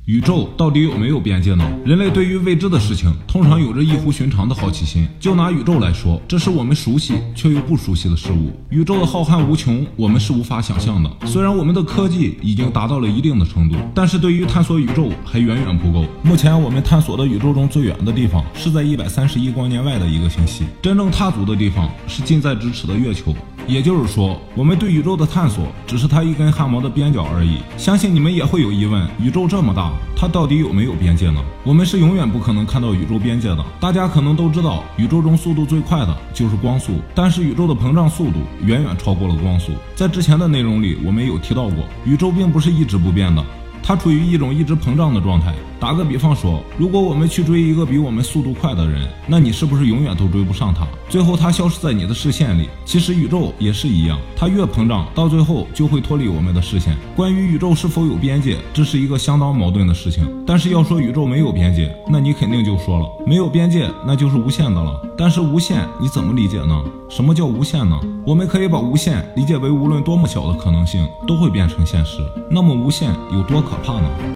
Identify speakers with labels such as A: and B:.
A: 宇宙到底有没有边界呢？人类对于未知的事情通常有着异乎寻常的好奇心。就拿宇宙来说，这是我们熟悉却又不熟悉的事物。宇宙的浩瀚无穷，我们是无法想象的。虽然我们的科技已经达到了一定的程度，但是对于探索宇宙还远远不够。目前我们探索的宇宙中最远的地方是在130亿光年外的一个星系，真正踏足的地方是近在咫尺的月球。也就是说，我们对宇宙的探索只是它一根汗毛的边角而已。相信你们也会有疑问，宇宙这么大，它到底有没有边界呢？我们是永远不可能看到宇宙边界的。大家可能都知道，宇宙中速度最快的就是光速，但是宇宙的膨胀速度远远超过了光速。在之前的内容里，我们有提到过，宇宙并不是一直不变的，它处于一种一直膨胀的状态。打个比方说，如果我们去追一个比我们速度快的人，那你是不是永远都追不上他？最后他消失在你的视线里。其实宇宙也是一样，它越膨胀，到最后就会脱离我们的视线。关于宇宙是否有边界，这是一个相当矛盾的事情。但是要说宇宙没有边界，那你肯定就说了，没有边界那就是无限的了。但是无限你怎么理解呢？什么叫无限呢？我们可以把无限理解为无论多么小的可能性都会变成现实。那么无限有多可怕呢？